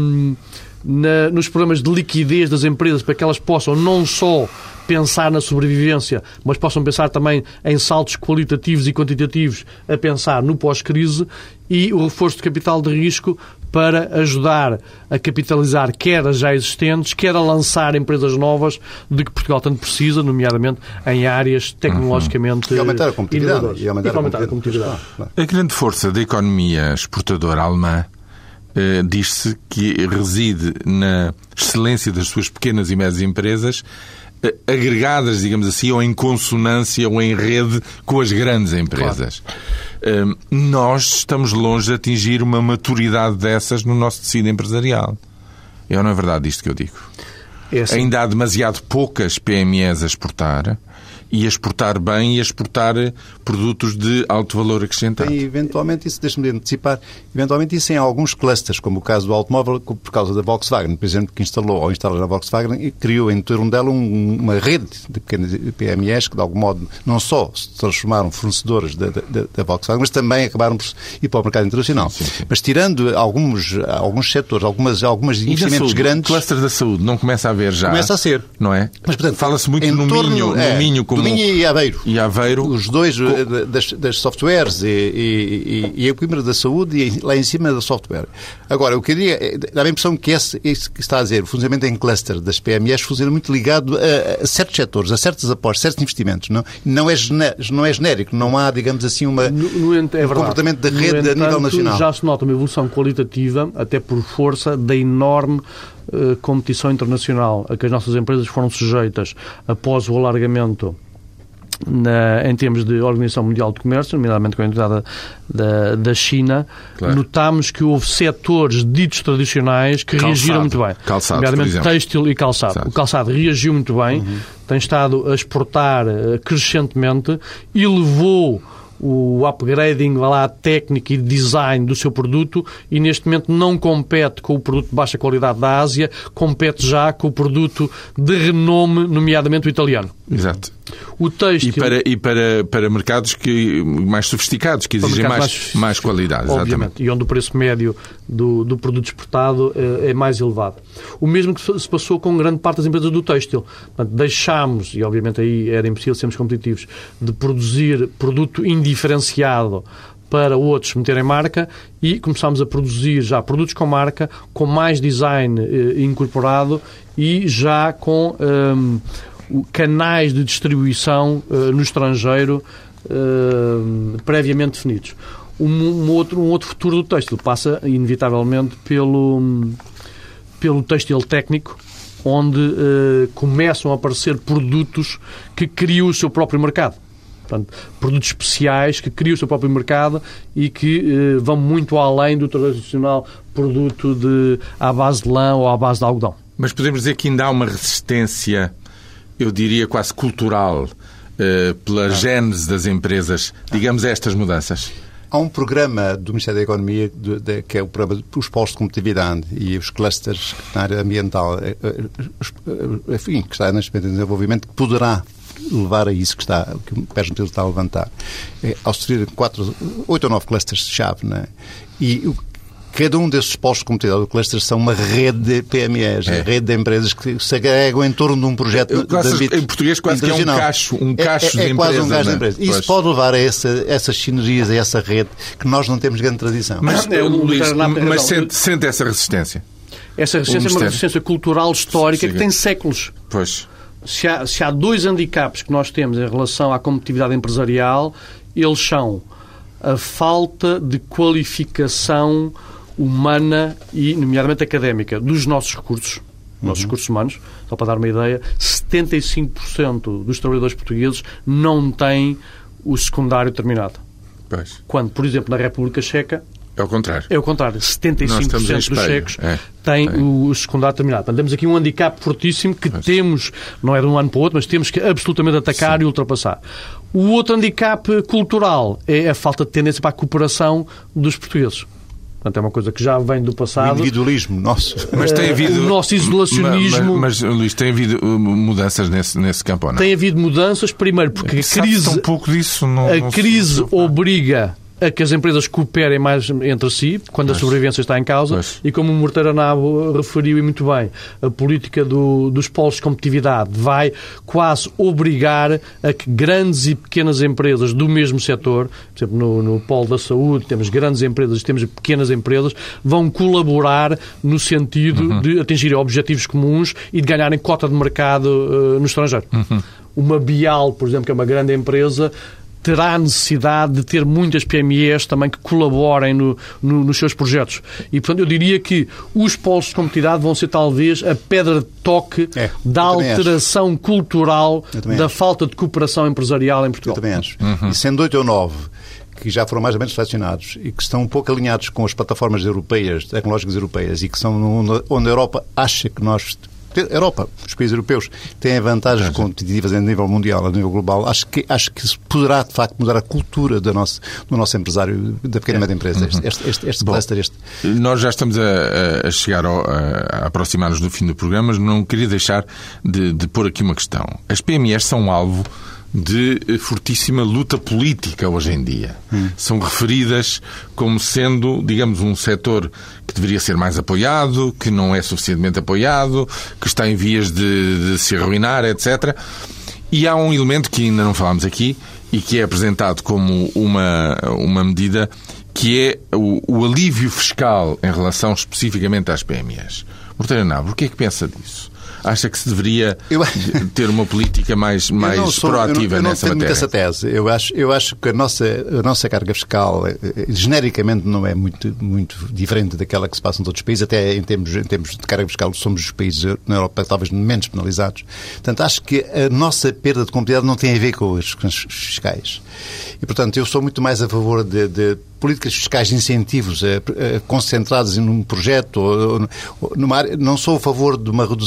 Speaker 3: na, nos programas de liquidez das empresas para que elas possam não só pensar na sobrevivência, mas possam pensar também em saltos qualitativos e quantitativos a pensar no pós-crise, e o reforço de capital de risco para ajudar a capitalizar quer as já existentes, quer a lançar empresas novas de que Portugal tanto precisa, nomeadamente em áreas tecnologicamente...
Speaker 2: Uhum. E aumentar a competitividade.
Speaker 3: E aumentar, e aumentar a competitividade.
Speaker 1: A grande força da economia exportadora alemã Uh, diz-se que reside na excelência das suas pequenas e médias empresas, uh, agregadas, digamos assim, ou em consonância ou em rede com as grandes empresas. Claro. Uh, nós estamos longe de atingir uma maturidade dessas no nosso tecido empresarial. É ou não é verdade isto que eu digo? É assim. Ainda há demasiado poucas P M Es a exportar, e a exportar bem e a exportar produtos de alto valor acrescentado.
Speaker 2: E, eventualmente, isso, deixa-me antecipar, eventualmente isso em alguns clusters, como o caso do automóvel, por causa da Volkswagen, por exemplo, que instalou ou instala na Volkswagen e criou em torno dela um, uma rede de pequenas P M Es que, de algum modo, não só se transformaram fornecedores da, da, da Volkswagen, mas também acabaram por ir para o mercado internacional. Sim, sim, sim. Mas tirando alguns, alguns setores, algumas, algumas investimentos grandes...
Speaker 1: O cluster da saúde não começa a haver já?
Speaker 2: Começa a ser.
Speaker 1: Não é?
Speaker 2: Mas, portanto,
Speaker 1: fala-se muito no
Speaker 2: torno,
Speaker 1: Minho,
Speaker 2: é,
Speaker 1: no Minho como...
Speaker 2: Do Minho e Aveiro.
Speaker 1: E Aveiro.
Speaker 2: Os dois, com... das, das softwares e, e, e a primeira da saúde e lá em cima da software. Agora, o que eu diria, dá a impressão que esse, esse que está a dizer, o funcionamento em cluster das P M Es funciona muito ligado a, a certos setores, a certas apostas, certos investimentos. Não, não, é, não é genérico, não há, digamos assim, uma,
Speaker 3: no, no, é
Speaker 2: um comportamento da rede
Speaker 3: entanto,
Speaker 2: a nível nacional.
Speaker 3: Já se nota uma evolução qualitativa, até por força da enorme uh, competição internacional a que as nossas empresas foram sujeitas após o alargamento Na, em termos de Organização Mundial de Comércio, nomeadamente com a entrada da, da China. Claro. Notámos que houve setores ditos tradicionais que calçado, reagiram muito bem.
Speaker 1: Calçado,
Speaker 3: nomeadamente têxtil e calçado. Exato. O calçado reagiu muito bem, uhum. tem estado a exportar uh, crescentemente e levou o upgrading lá, técnico e design do seu produto, e neste momento não compete com o produto de baixa qualidade da Ásia, compete já com o produto de renome, nomeadamente o italiano.
Speaker 1: Exato.
Speaker 3: O têxtil...
Speaker 1: E para, e para, para mercados que, mais sofisticados, que exigem mais, mais, mais qualidade.
Speaker 3: Obviamente,
Speaker 1: exatamente.
Speaker 3: E onde o preço médio do, do produto exportado é, é mais elevado. O mesmo que se passou com grande parte das empresas do têxtil. Portanto, deixámos, e obviamente aí era impossível sermos competitivos, de produzir produto indiferenciado para outros meterem marca e começámos a produzir já produtos com marca, com mais design eh, incorporado e já com um, canais de distribuição uh, no estrangeiro uh, previamente definidos. Um, um, outro, um outro futuro do têxtil passa, inevitavelmente, pelo, pelo têxtil técnico, onde uh, começam a aparecer produtos que criam o seu próprio mercado. Portanto, produtos especiais que criam o seu próprio mercado e que eh, vão muito além do tradicional produto de, à base de lã ou à base de algodão.
Speaker 1: Mas podemos dizer que ainda há uma resistência, eu diria quase cultural, eh, pela Não. gênese das empresas, digamos, a estas mudanças?
Speaker 2: Há um programa do Ministério da Economia de, de, que é o programa dos polos de competitividade e os clusters na área ambiental, enfim, que está neste momento em desenvolvimento, que poderá levar a isso que, está, que o Pérez está a levantar. É, ao ser quatro, oito ou nove clusters-chave, não é? E o, cada um desses polos de competitividade do clusters são uma rede de P M Es, é. rede de empresas que se agregam em torno de um projeto
Speaker 1: Eu, de âmbito em português quase que é um cacho, um cacho
Speaker 2: é, é, é
Speaker 1: de
Speaker 2: quase
Speaker 1: empresa,
Speaker 2: um cacho de empresa. Isso pode levar a essa, essas sinergias, a essa rede que nós não temos grande tradição.
Speaker 1: Mas,
Speaker 3: é,
Speaker 1: Luís, mas sente, sente essa resistência?
Speaker 3: Essa resistência é uma resistência cultural, histórica, Siga. que tem séculos.
Speaker 1: Pois.
Speaker 3: Se há, se há dois handicaps que nós temos em relação à competitividade empresarial, eles são a falta de qualificação humana e, nomeadamente, académica dos nossos recursos, uhum. nossos recursos humanos. Só para dar uma ideia, setenta e cinco por cento dos trabalhadores portugueses não têm o secundário terminado.
Speaker 1: Pois.
Speaker 3: Quando, por exemplo, na República Checa,
Speaker 1: é o contrário.
Speaker 3: É o contrário. setenta e cinco por cento dos checos
Speaker 1: é,
Speaker 3: têm
Speaker 1: é.
Speaker 3: o secundário terminado. Portanto, temos aqui um handicap fortíssimo que mas... temos, não é de um ano para o outro, mas temos que absolutamente atacar Sim. e ultrapassar. O outro handicap cultural é a falta de tendência para a cooperação dos portugueses. Portanto, é uma coisa que já vem do passado.
Speaker 2: O individualismo nosso.
Speaker 1: Mas tem havido...
Speaker 3: O nosso isolacionismo...
Speaker 1: Mas, mas, Luís, tem havido mudanças nesse, nesse campo, ou não?
Speaker 3: Tem havido mudanças, primeiro, porque a crise...
Speaker 1: um pouco disso. Não,
Speaker 3: a
Speaker 1: não
Speaker 3: crise obriga a que as empresas cooperem mais entre si, quando mas, a sobrevivência está em causa, mas... e como o Morteira Nabo referiu e muito bem, a política do, dos polos de competitividade vai quase obrigar a que grandes e pequenas empresas do mesmo setor, por exemplo, no, no polo da saúde, temos grandes empresas, temos pequenas empresas, vão colaborar no sentido uhum. de atingirem objetivos comuns e de ganharem cota de mercado uh, no estrangeiro. Uhum. Uma Bial, por exemplo, que é uma grande empresa, terá necessidade de ter muitas P M Es também que colaborem no, no, nos seus projetos. E, portanto, eu diria que os polos de competitividade vão ser talvez a pedra de toque é, da alteração acho. cultural da acho. falta de cooperação empresarial em Portugal.
Speaker 2: Eu também acho. Uhum. E sendo oito ou nove que já foram mais ou menos selecionados e que estão um pouco alinhados com as plataformas europeias, tecnológicas europeias, e que são onde a Europa acha que nós... A Europa, os países europeus, têm vantagens é, competitivas a nível mundial, a nível global. Acho que, acho que isso poderá, de facto, mudar a cultura do nosso, do nosso empresário, da pequena e média empresa. Uhum. Este, este, este Bom, cluster, este...
Speaker 1: Nós já estamos a, a chegar ao, a, a aproximar-nos do fim do programa, mas não queria deixar de, de pôr aqui uma questão. As P M Es são alvo de fortíssima luta política hoje em dia. Hum. São referidas como sendo, digamos, um setor que deveria ser mais apoiado, que não é suficientemente apoiado, que está em vias de, de se arruinar, etcétera. E há um elemento que ainda não falámos aqui e que é apresentado como uma, uma medida que é o, o alívio fiscal em relação especificamente às P M Es. Morteira Nabo, o que é que pensa disso? Acha que se deveria eu... ter uma política mais, mais sou, proativa
Speaker 2: eu não, eu
Speaker 1: nessa
Speaker 2: não tenho
Speaker 1: matéria?
Speaker 2: Essa tese. Eu acho, eu acho que a nossa, a nossa carga fiscal, genericamente, não é muito, muito diferente daquela que se passa nos outros países, até em termos, em termos de carga fiscal, somos os países na Europa talvez menos penalizados. Portanto, acho que a nossa perda de competitividade não tem a ver com os, com os fiscais. E, portanto, eu sou muito mais a favor de, de políticas fiscais de incentivos eh, concentradas em um projeto ou, ou numa área. Não sou a favor de uma redução de impostos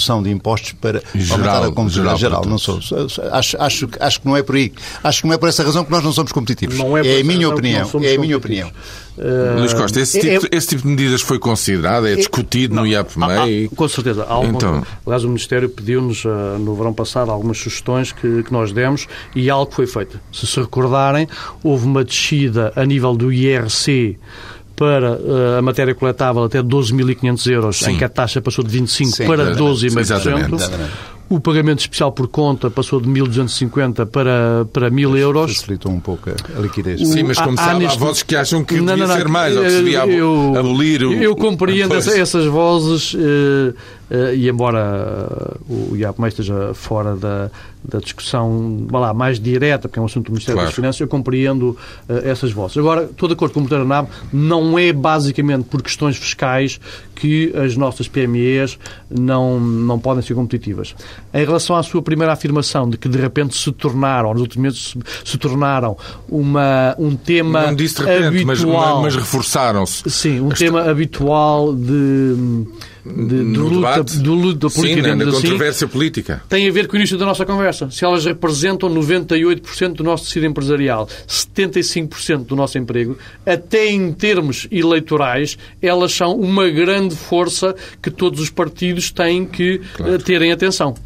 Speaker 2: impostos para
Speaker 1: geral,
Speaker 2: aumentar a competitividade geral.
Speaker 1: geral
Speaker 2: Não sou. Acho, acho, acho que não é por aí. Acho que não é por essa razão que nós não somos competitivos.
Speaker 3: Não é,
Speaker 2: é a minha opinião. É a minha opinião.
Speaker 1: Uh, Luís Costa, esse tipo, é, esse tipo de medidas foi considerado, é discutido é, no I A P M E I?
Speaker 3: Com certeza. Algum,
Speaker 1: então,
Speaker 3: aliás, o Ministério pediu-nos uh, no verão passado algumas sugestões que, que nós demos e algo foi feito. Se se recordarem, houve uma descida a nível do I R C para uh, a matéria coletável até doze mil e quinhentos euros, Sim. em que a taxa passou de vinte e cinco por cento para doze vírgula cinco por cento. O pagamento especial por conta passou de mil duzentos e cinquenta para, para mil euros.
Speaker 2: Facilitou um pouco a liquidez.
Speaker 1: Sim, mas como há, sabe, há, há vozes que acham que não, devia não, não, ser mais, ou que se devia eu, abolir o...
Speaker 3: Eu compreendo essa, essas vozes, uh, uh, e embora uh, o I A P M E I esteja fora da, da discussão lá, mais direta, porque é um assunto do Ministério claro. das Finanças, eu compreendo uh, essas vozes. Agora, estou de acordo com o Monteiro Nave, não é basicamente por questões fiscais que as nossas P M Es não, não podem ser competitivas. Em relação à sua primeira afirmação de que de repente se tornaram, nos últimos meses se, se tornaram uma, um tema
Speaker 1: não disse de repente,
Speaker 3: habitual...
Speaker 1: Mas, mas reforçaram-se.
Speaker 3: Sim, um tema habitual de... De, de luta, de luta política,
Speaker 1: Sim, na
Speaker 3: assim,
Speaker 1: controvérsia política.
Speaker 3: Tem a ver com o início da nossa conversa. Se elas representam noventa e oito por cento do nosso tecido empresarial, setenta e cinco por cento do nosso emprego, até em termos eleitorais, elas são uma grande força que todos os partidos têm que claro. terem atenção.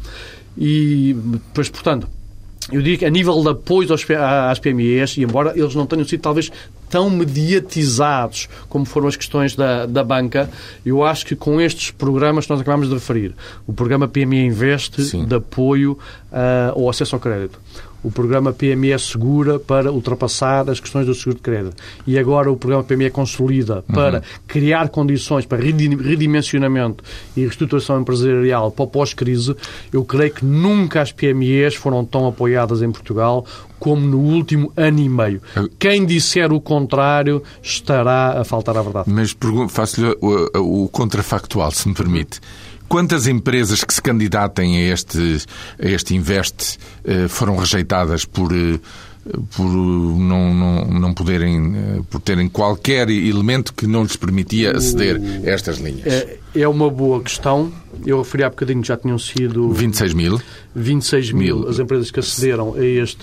Speaker 3: E, pois, portanto, eu digo que a nível de apoio às P M Es, e embora eles não tenham sido talvez tão mediatizados como foram as questões da, da banca, eu acho que com estes programas que nós acabamos de referir, o programa P M E Investe, Sim. de apoio uh, ao acesso ao crédito, o programa P M E Segura para ultrapassar as questões do seguro de crédito e agora o programa P M E Consolida para uhum. criar condições para redimensionamento e reestruturação empresarial para o pós-crise, eu creio que nunca as P M Es foram tão apoiadas em Portugal como no último ano e meio. Quem disser o contrário estará a faltar à verdade.
Speaker 1: Mas faço-lhe o, o contrafactual, se me permite. Quantas empresas que se candidatem a este, a este Investe foram rejeitadas por, por não, não, não poderem, por terem qualquer elemento que não lhes permitia aceder a estas linhas?
Speaker 3: É, é uma boa questão. Eu referi há bocadinho que já tinham sido...
Speaker 1: vinte e seis mil?
Speaker 3: vinte e seis mil as empresas que acederam a este,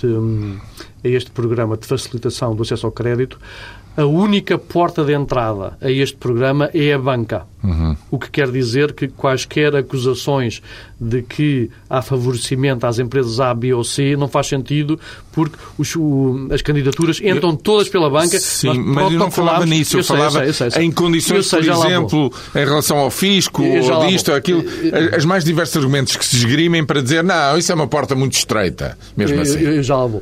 Speaker 3: a este programa de facilitação do acesso ao crédito. A única porta de entrada a este programa é a banca. Uhum. O que quer dizer que quaisquer acusações de que há favorecimento às empresas A, B ou C não faz sentido porque os, o, as candidaturas entram eu, todas pela banca.
Speaker 1: Sim, mas eu não falava nisso. Eu, eu falava sei, eu sei, eu sei. em condições, sei, por exemplo, em relação ao fisco, ou disto, ou aquilo, as mais diversos argumentos que se esgrimem para dizer não, isso é uma porta muito estreita, mesmo assim.
Speaker 3: Eu, eu já lá vou.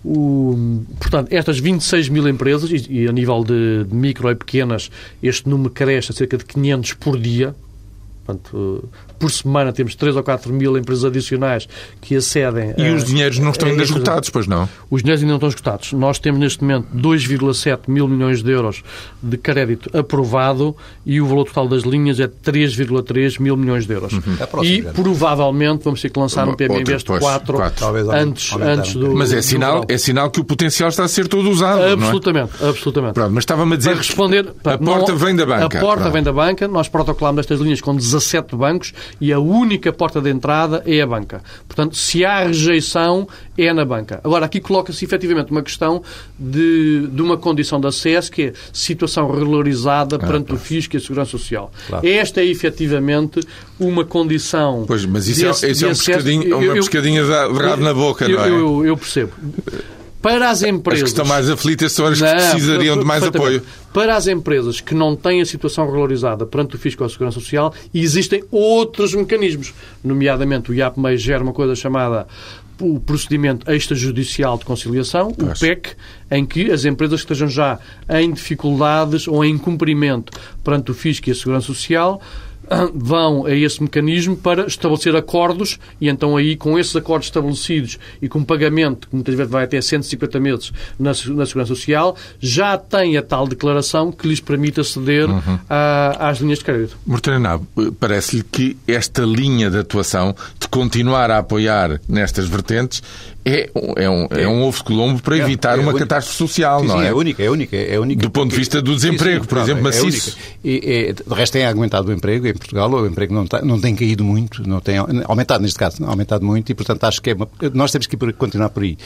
Speaker 3: O, portanto, estas vinte e seis mil empresas, e, e a nível de, de micro e pequenas, este número cresce a cerca de quinhentos por dia. Portanto, por semana temos três ou quatro mil empresas adicionais que acedem...
Speaker 1: E a, os dinheiros não estão ainda esgotados, pois não?
Speaker 3: Os dinheiros ainda não estão esgotados. Nós temos neste momento dois vírgula sete mil milhões de euros de crédito aprovado e o valor total das linhas é três vírgula três mil milhões de euros. Uhum. E provavelmente vamos ter que lançar um P M E Invest quatro antes, antes do...
Speaker 1: Mas é sinal, é sinal que o potencial está a ser todo usado,
Speaker 3: absolutamente,
Speaker 1: não é?
Speaker 3: Absolutamente.
Speaker 1: Pronto, mas estava-me a dizer
Speaker 3: para responder,
Speaker 1: que a porta não, vem da banca.
Speaker 3: A porta
Speaker 1: Pronto.
Speaker 3: vem da banca. Nós protocolamos estas linhas com dezassete bancos e a única porta de entrada é a banca. Portanto, se há rejeição, é na banca. Agora, aqui coloca-se efetivamente uma questão de, de uma condição de acesso que é situação regularizada ah, perante pois. o Fisco e a Segurança Social. Claro. Esta é efetivamente uma condição...
Speaker 1: Pois, mas isso,
Speaker 3: de,
Speaker 1: é, isso é um pescadinho, uma pescadinha de rabo na boca,
Speaker 3: eu,
Speaker 1: não é?
Speaker 3: Eu, eu percebo. Para as empresas...
Speaker 1: As que estão mais aflitas são as que não, precisariam de mais apoio.
Speaker 3: Para as empresas que não têm a situação regularizada perante o Fisco ou a Segurança Social, existem outros mecanismos, nomeadamente o I A P M E I gera uma coisa chamada o procedimento extrajudicial de conciliação, o P E C, em que as empresas que estejam já em dificuldades ou em cumprimento perante o Fisco e a Segurança Social vão a esse mecanismo para estabelecer acordos e então aí com esses acordos estabelecidos e com pagamento, que muitas vezes vai até cento e cinquenta meses na, na Segurança Social, já tem a tal declaração que lhes permite aceder uhum. a, às linhas de crédito.
Speaker 1: Monteiro Nave, parece-lhe que esta linha de atuação, de continuar a apoiar nestas vertentes é, é, um, é um ovo de Colombo para evitar é, é uma única, catástrofe social,
Speaker 2: sim,
Speaker 1: não
Speaker 2: sim,
Speaker 1: é?
Speaker 2: é única, é única, é única.
Speaker 1: Do ponto de vista do desemprego, sim, sim, por exemplo, é, maciço.
Speaker 2: É e, e, de resto, tem aumentado o emprego em Portugal, o emprego não, tá, não tem caído muito, não tem aumentado neste caso, não, aumentado muito e, portanto, acho que é uma, nós temos que continuar por aí.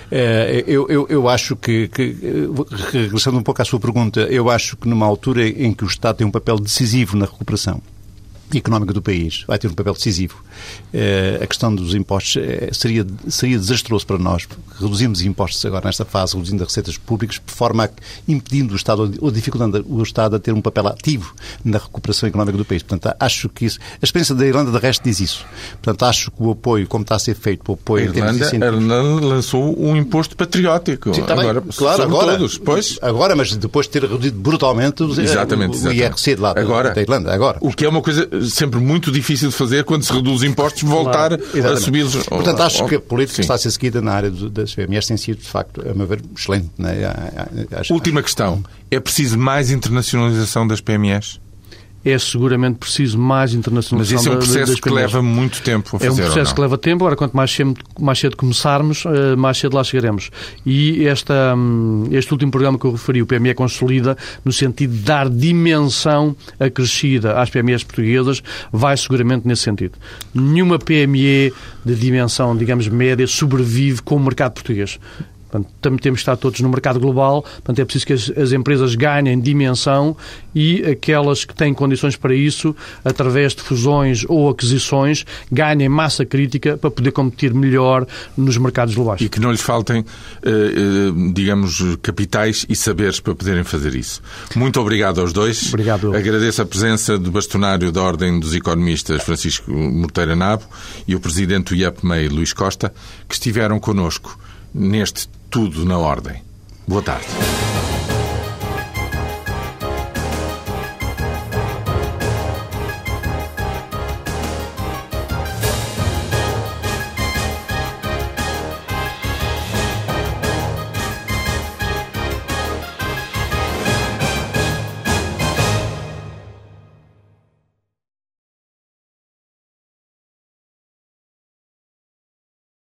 Speaker 2: Eu, eu, eu acho que, que, regressando um pouco à sua pergunta, eu acho que numa altura em que o Estado tem um papel decisivo na recuperação económica do país, vai ter um papel decisivo. Eh, a questão dos impostos eh, seria, seria desastroso para nós. Reduzimos impostos agora nesta fase, reduzindo as receitas públicas, de forma a impedindo o Estado ou dificultando o Estado a ter um papel ativo na recuperação económica do país. Portanto, acho que isso... A experiência da Irlanda, de resto, diz isso. Portanto, acho que o apoio, como está a ser feito, o apoio...
Speaker 1: A Irlanda, a Irlanda lançou um imposto patriótico.
Speaker 2: Sim,
Speaker 1: agora,
Speaker 2: claro, agora,
Speaker 1: todos. Pois...
Speaker 2: agora, mas depois de ter reduzido brutalmente o,
Speaker 1: exatamente,
Speaker 2: o, o I R C de lá
Speaker 1: agora,
Speaker 2: da Irlanda. Agora.
Speaker 1: O que é uma coisa sempre muito difícil de fazer quando se reduz impostos, voltar claro, a subir-los.
Speaker 2: Portanto, acho que a política que está a ser seguida na área das P M Es tem sido, de facto, a meu ver, excelente. Não é? acho,
Speaker 1: Última
Speaker 2: acho...
Speaker 1: questão. É preciso mais internacionalização das P M Es?
Speaker 3: É seguramente preciso mais internacionalização.
Speaker 1: Mas esse é um processo que leva muito tempo a fazer.
Speaker 3: É um processo que leva tempo. Agora, quanto mais cedo, mais cedo começarmos, mais cedo lá chegaremos. E esta, este último programa que eu referi, o P M E Consolida, no sentido de dar dimensão acrescida às P M Es portuguesas, vai seguramente nesse sentido. Nenhuma P M E de dimensão, digamos, média sobrevive com o mercado português. Portanto, temos que estar todos no mercado global, portanto, é preciso que as, as empresas ganhem dimensão e aquelas que têm condições para isso, através de fusões ou aquisições, ganhem massa crítica para poder competir melhor nos mercados globais.
Speaker 1: E que não lhes faltem, digamos, capitais e saberes para poderem fazer isso. Muito obrigado aos dois.
Speaker 3: Obrigado.
Speaker 1: Agradeço a presença do bastonário da Ordem dos Economistas, Francisco Morteira Nabo, e o presidente do I E P M E I, Luís Costa, que estiveram connosco neste Tudo na Ordem. Boa tarde.